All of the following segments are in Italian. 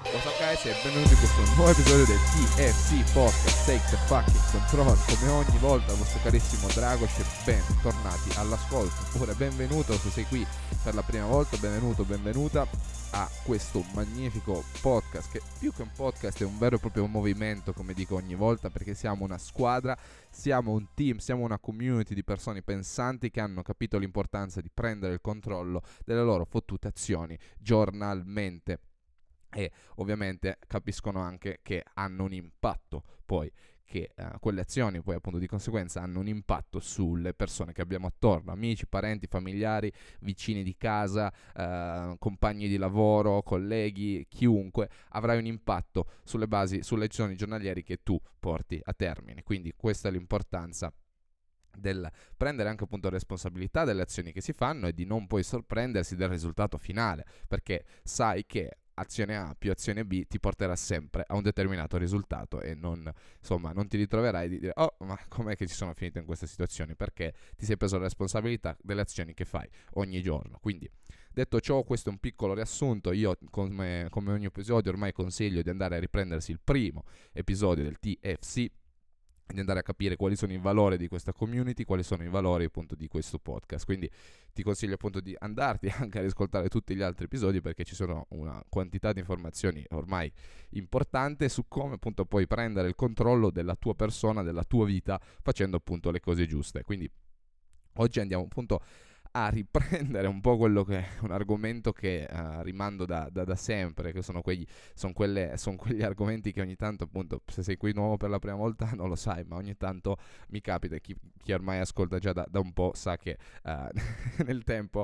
What's up guys e benvenuti in questo nuovo episodio del TFC Podcast Take the Fucking Control. Come ogni volta il vostro carissimo Dragos e bentornati all'ascolto. Oppure benvenuto se sei qui per la prima volta, benvenuta a questo magnifico podcast che più che un podcast è un vero e proprio movimento, come dico ogni volta, perché siamo una squadra, siamo un team, siamo una community di persone pensanti che hanno capito l'importanza di prendere il controllo delle loro fottute azioni giornalmente. E ovviamente capiscono anche che hanno un impatto poi, che quelle azioni poi appunto di conseguenza hanno un impatto sulle persone che abbiamo attorno, amici, parenti, familiari, vicini di casa, compagni di lavoro, colleghi, chiunque, avrai un impatto sulle azioni giornaliere che tu porti a termine. Quindi questa è l'importanza del prendere anche appunto responsabilità delle azioni che si fanno e di non poi sorprendersi del risultato finale, perché sai che azione A più azione B ti porterà sempre a un determinato risultato e non ti ritroverai di dire oh, ma com'è che ci sono finito in questa situazione, perché ti sei preso la responsabilità delle azioni che fai ogni giorno. Quindi detto ciò, questo è un piccolo riassunto. Io come ogni episodio ormai consiglio di andare a riprendersi il primo episodio del TFC, di andare a capire quali sono i valori di questa community, quali sono i valori appunto di questo podcast. Quindi ti consiglio appunto di andarti anche a riscoltare tutti gli altri episodi, perché ci sono una quantità di informazioni ormai importante su come appunto puoi prendere il controllo della tua persona, della tua vita, facendo appunto le cose giuste. Quindi oggi andiamo appunto a riprendere un po' quello che è un argomento che rimando da sempre, che sono quegli argomenti che ogni tanto appunto, se sei qui nuovo per la prima volta non lo sai, ma ogni tanto mi capita. Chi ormai ascolta già da un po' sa che nel tempo,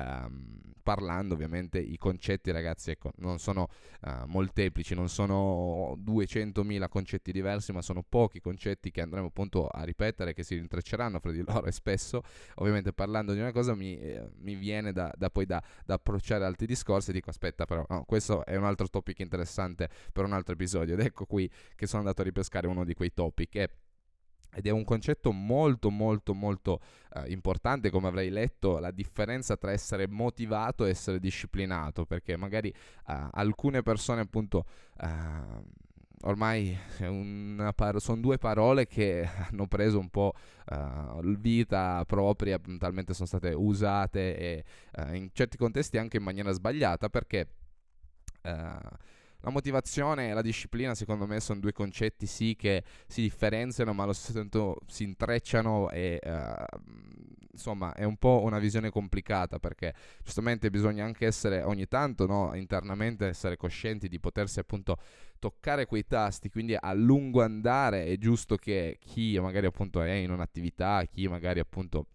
parlando ovviamente, i concetti, ragazzi, ecco, non sono molteplici, non sono 200.000 concetti diversi, ma sono pochi concetti che andremo appunto a ripetere, che si rintrecceranno fra di loro, e spesso ovviamente parlando di una cosa mi viene da approcciare altri discorsi e dico aspetta, però no, questo è un altro topic interessante per un altro episodio, ed ecco qui che sono andato a ripescare uno di quei topic ed è un concetto molto importante, come avrei letto, la differenza tra essere motivato e essere disciplinato, perché magari alcune persone appunto ormai sono due parole che hanno preso un po' vita propria, talmente sono state usate e in certi contesti anche in maniera sbagliata, perché la motivazione e la disciplina secondo me sono due concetti sì che si differenziano, ma allo stesso tempo si intrecciano e insomma è un po' una visione complicata, perché giustamente bisogna anche essere ogni tanto, no, internamente essere coscienti di potersi appunto toccare quei tasti. Quindi a lungo andare è giusto che chi magari appunto è in un'attività, chi magari appunto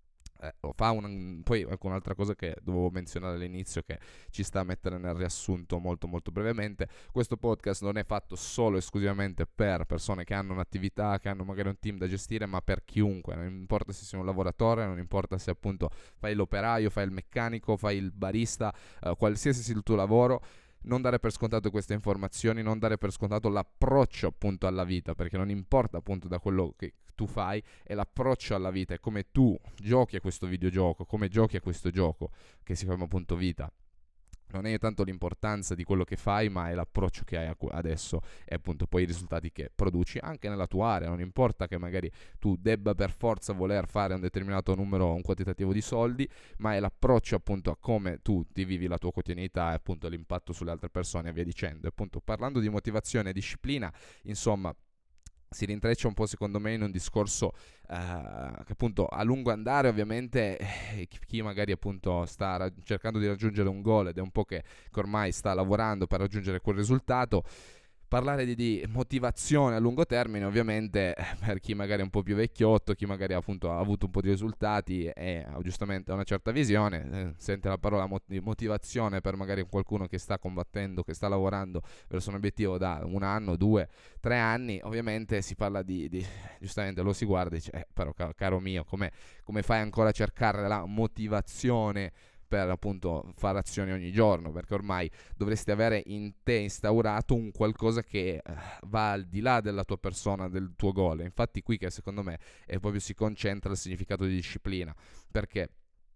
lo fa poi ecco un'altra cosa che dovevo menzionare all'inizio, che ci sta a mettere nel riassunto molto brevemente: questo podcast non è fatto solo e esclusivamente per persone che hanno un'attività, che hanno magari un team da gestire, ma per chiunque, non importa se sei un lavoratore, non importa se appunto fai l'operaio, fai il meccanico, fai il barista, qualsiasi sia il tuo lavoro. Non dare per scontato queste informazioni, non dare per scontato l'approccio appunto alla vita, perché non importa appunto da quello che tu fai, è l'approccio alla vita, è come tu giochi a questo videogioco, come giochi a questo gioco che si chiama appunto vita. Non è tanto l'importanza di quello che fai, ma è l'approccio che hai adesso e appunto poi i risultati che produci anche nella tua area. Non importa che magari tu debba per forza voler fare un determinato numero, un quantitativo di soldi, ma è l'approccio appunto a come tu ti vivi la tua quotidianità e appunto l'impatto sulle altre persone e via dicendo. E appunto parlando di motivazione e disciplina, insomma, si rintreccia un po' secondo me in un discorso che appunto a lungo andare ovviamente chi magari appunto sta cercando di raggiungere un goal ed è un po' che ormai sta lavorando per raggiungere quel risultato. Parlare di motivazione a lungo termine ovviamente per chi magari è un po' più vecchiotto, chi magari appunto ha avuto un po' di risultati e giustamente ha una certa visione, sente la parola motivazione per magari qualcuno che sta combattendo, che sta lavorando verso un obiettivo da 1 anno, 2, 3 anni, ovviamente si parla di giustamente lo si guarda e dice però caro mio, come fai ancora a cercare la motivazione per appunto fare azioni ogni giorno, perché ormai dovresti avere in te instaurato un qualcosa che va al di là della tua persona, del tuo goal. Infatti qui che secondo me è proprio si concentra il significato di disciplina, perché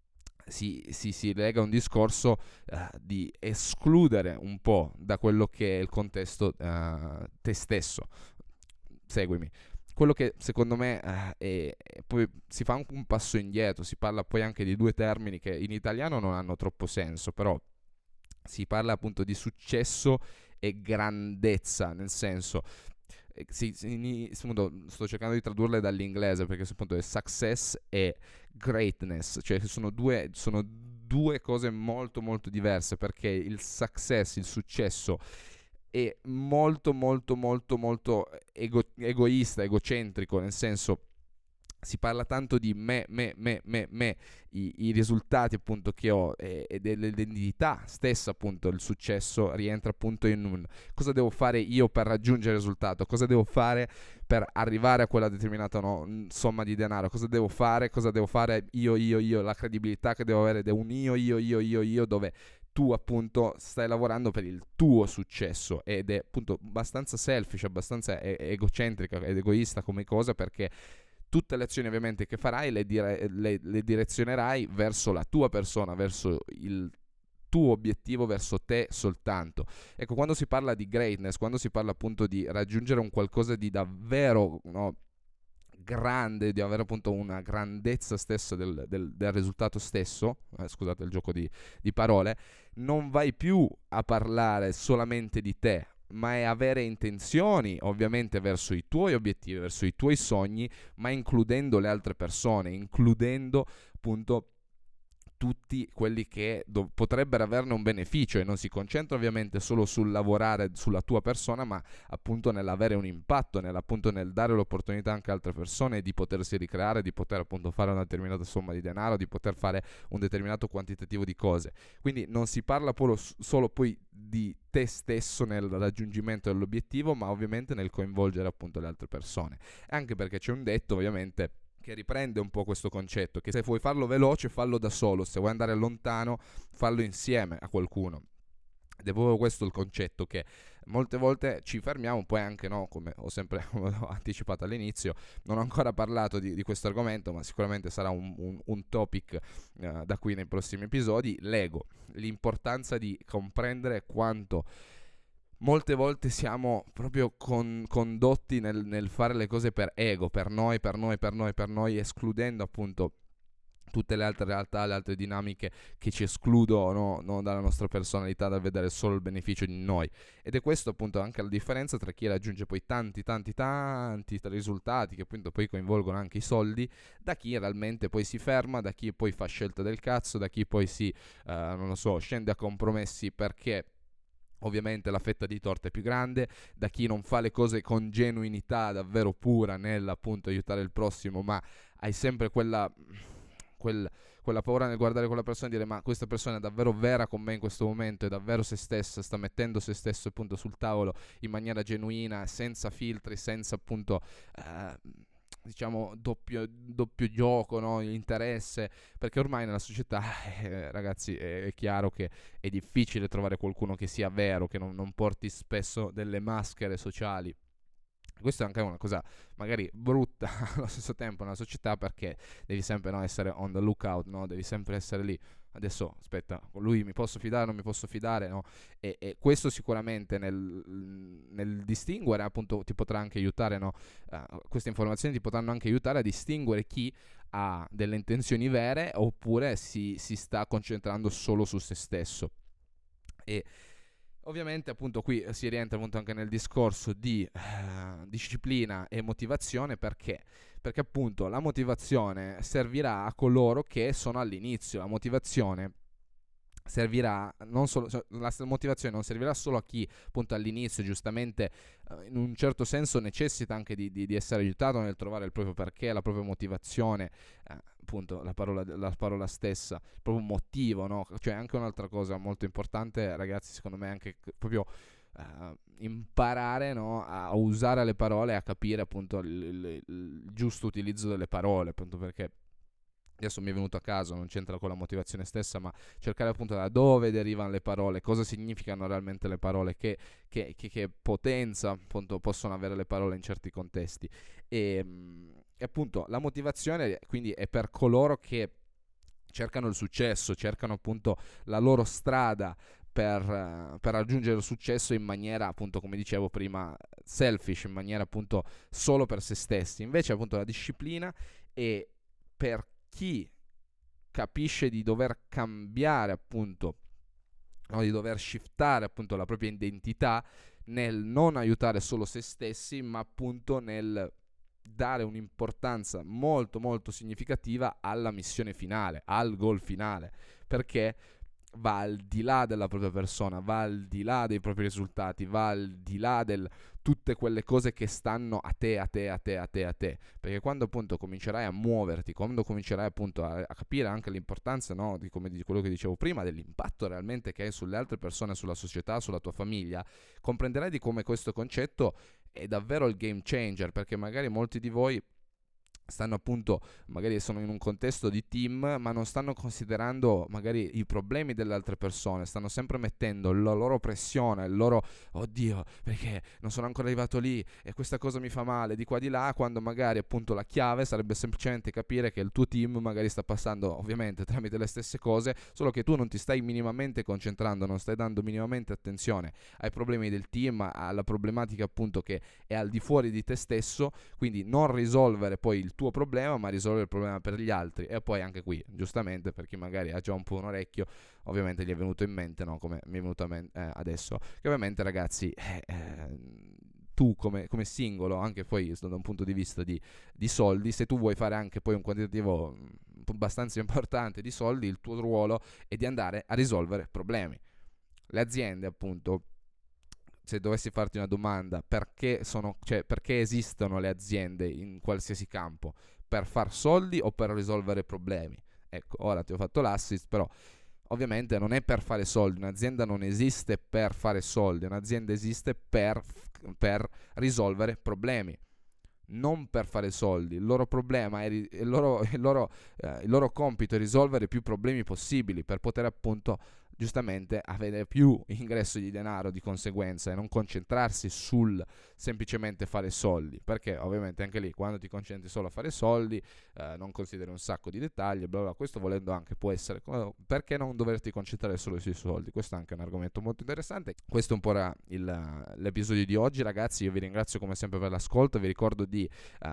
si lega a un discorso di escludere un po' da quello che è il contesto te stesso. Seguimi. Quello che secondo me poi si fa anche un passo indietro, si parla poi anche di due termini che in italiano non hanno troppo senso, però si parla appunto di successo e grandezza, nel senso appunto, sto cercando di tradurle dall'inglese perché appunto è success e greatness, cioè sono due cose molto molto diverse, perché il success, il successo è molto molto molto molto egoista, egocentrico, nel senso si parla tanto di me, i risultati appunto che ho e dell'identità stessa, appunto il successo rientra appunto in un cosa devo fare io per raggiungere il risultato, cosa devo fare per arrivare a quella determinata somma di denaro, cosa devo fare io, la credibilità che devo avere ed è un io dove tu appunto stai lavorando per il tuo successo ed è appunto abbastanza selfish, abbastanza egocentrica ed egoista come cosa, perché tutte le azioni ovviamente che farai le direzionerai verso la tua persona, verso il tuo obiettivo, verso te soltanto. Ecco, quando si parla di greatness, quando si parla appunto di raggiungere un qualcosa di davvero, no, grande, di avere appunto una grandezza stessa del risultato stesso, scusate il gioco di parole, non vai più a parlare solamente di te, ma è avere intenzioni ovviamente verso i tuoi obiettivi, verso i tuoi sogni, ma includendo le altre persone, includendo appunto tutti quelli che potrebbero averne un beneficio, e non si concentra ovviamente solo sul lavorare sulla tua persona, ma appunto nell'avere un impatto, appunto nel dare l'opportunità anche a altre persone di potersi ricreare, di poter appunto fare una determinata somma di denaro, di poter fare un determinato quantitativo di cose. Quindi non si parla solo poi di te stesso nel raggiungimento dell'obiettivo, ma ovviamente nel coinvolgere appunto le altre persone. Anche perché c'è un detto ovviamente che riprende un po' questo concetto, che se vuoi farlo veloce fallo da solo, se vuoi andare lontano fallo insieme a qualcuno. Ed è proprio questo il concetto, che molte volte ci fermiamo, poi anche no, come ho sempre anticipato all'inizio, non ho ancora parlato di questo argomento, ma sicuramente sarà un topic da qui nei prossimi episodi, l'ego, l'importanza di comprendere quanto molte volte siamo proprio condotti nel fare le cose per ego, per noi, escludendo appunto tutte le altre realtà, le altre dinamiche che ci escludono, no, dalla nostra personalità, dal vedere solo il beneficio di noi. Ed è questo appunto anche la differenza tra chi raggiunge poi tanti risultati che appunto poi coinvolgono anche i soldi, da chi realmente poi si ferma, da chi poi fa scelte del cazzo, da chi poi non lo so, scende a compromessi perché ovviamente la fetta di torta è più grande, da chi non fa le cose con genuinità davvero pura nell'appunto aiutare il prossimo, ma hai sempre quella paura nel guardare quella persona e dire ma questa persona è davvero vera con me in questo momento, è davvero se stessa, sta mettendo se stesso appunto sul tavolo in maniera genuina, senza filtri, senza appunto diciamo doppio gioco, no? Interesse, perché ormai nella società ragazzi è chiaro che è difficile trovare qualcuno che sia vero, che non porti spesso delle maschere sociali. Questo è anche una cosa magari brutta allo stesso tempo nella società, perché devi sempre, no, essere on the lookout, no? Devi sempre essere lì. Adesso aspetta, con lui mi posso fidare, non mi posso fidare, no? E questo sicuramente nel distinguere appunto ti potrà anche aiutare, no? Queste informazioni ti potranno anche aiutare a distinguere chi ha delle intenzioni vere oppure si sta concentrando solo su se stesso. E ovviamente appunto qui si rientra appunto anche nel discorso di disciplina e motivazione, perché appunto la motivazione servirà a coloro che sono all'inizio, la motivazione servirà non solo, cioè, la motivazione non servirà solo a chi appunto all'inizio giustamente in un certo senso necessita anche di essere aiutato nel trovare il proprio perché, la propria motivazione, appunto la parola stessa, il proprio motivo, no? Cioè anche un'altra cosa molto importante ragazzi secondo me è anche proprio imparare, no, a usare le parole, a capire appunto il giusto utilizzo delle parole, appunto perché adesso mi è venuto a caso, non c'entra con la motivazione stessa, ma cercare appunto da dove derivano le parole, cosa significano realmente le parole, che potenza appunto possono avere le parole in certi contesti. E appunto la motivazione quindi è per coloro che cercano il successo, cercano appunto la loro strada per raggiungere il successo in maniera, appunto, come dicevo prima, selfish, in maniera appunto solo per se stessi. Invece appunto la disciplina è per chi capisce di dover cambiare appunto, no, di dover shiftare appunto la propria identità nel non aiutare solo se stessi, ma appunto nel dare un'importanza molto molto significativa alla missione finale, al goal finale, perché va al di là della propria persona, va al di là dei propri risultati, va al di là del tutte quelle cose che stanno a te, perché quando appunto comincerai a muoverti, quando comincerai appunto a capire anche l'importanza, no, di quello che dicevo prima, dell'impatto realmente che hai sulle altre persone, sulla società, sulla tua famiglia, comprenderai di come questo concetto è davvero il game changer, perché magari molti di voi stanno appunto, magari sono in un contesto di team, ma non stanno considerando magari i problemi delle altre persone, stanno sempre mettendo la loro pressione, il loro oddio, perché non sono ancora arrivato lì e questa cosa mi fa male di qua di là, quando magari appunto la chiave sarebbe semplicemente capire che il tuo team magari sta passando ovviamente tramite le stesse cose, solo che tu non ti stai minimamente concentrando, non stai dando minimamente attenzione ai problemi del team, alla problematica appunto che è al di fuori di te stesso, quindi non risolvere poi il tuo problema, ma risolvere il problema per gli altri. E poi anche qui, giustamente, per chi magari ha già un po' un orecchio, ovviamente gli è venuto in mente, no, come mi è venuto adesso, che ovviamente ragazzi, tu come singolo, anche poi da un punto di vista di soldi, se tu vuoi fare anche poi un quantitativo abbastanza importante di soldi, il tuo ruolo è di andare a risolvere problemi. Le aziende appunto, se dovessi farti una domanda, perché esistono le aziende in qualsiasi campo? Per far soldi o per risolvere problemi? Ecco, ora ti ho fatto l'assist, però ovviamente non è per fare soldi, un'azienda non esiste per fare soldi, un'azienda esiste per risolvere problemi, non per fare soldi. Il loro problema il loro compito è risolvere più problemi possibili per poter appunto giustamente avere più ingresso di denaro di conseguenza e non concentrarsi sul semplicemente fare soldi, perché ovviamente anche lì quando ti concentri solo a fare soldi non consideri un sacco di dettagli, bla bla. Questo volendo anche può essere, perché non doverti concentrare solo sui soldi? Questo è anche un argomento molto interessante. Questo è un po' l'episodio di oggi, ragazzi. Io vi ringrazio come sempre per l'ascolto, vi ricordo di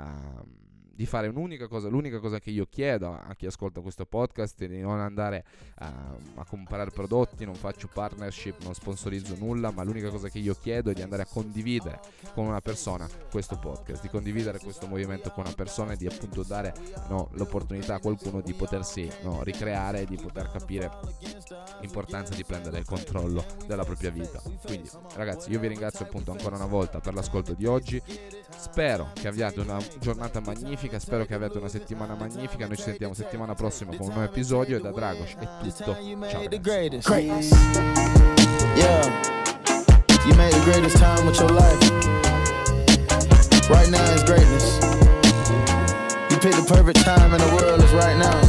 fare l'unica cosa che io chiedo a chi ascolta questo podcast è di non andare a comprare prodotti, non faccio partnership, non sponsorizzo nulla, ma l'unica cosa che io chiedo è di andare a condividere con una persona questo podcast, di condividere questo movimento con una persona e di appunto dare l'opportunità a qualcuno di potersi ricreare, di poter capire l'importanza di prendere il controllo della propria vita. Quindi ragazzi, io vi ringrazio appunto ancora una volta per l'ascolto di oggi, spero che abbiate una giornata magnifica, spero che abbiate una settimana magnifica. Noi ci sentiamo settimana prossima con un nuovo episodio e da Dragos è tutto. Ciao ragazzi. You made the greatest time with your life. Right now is greatness. You picked the perfect time in the world is right now.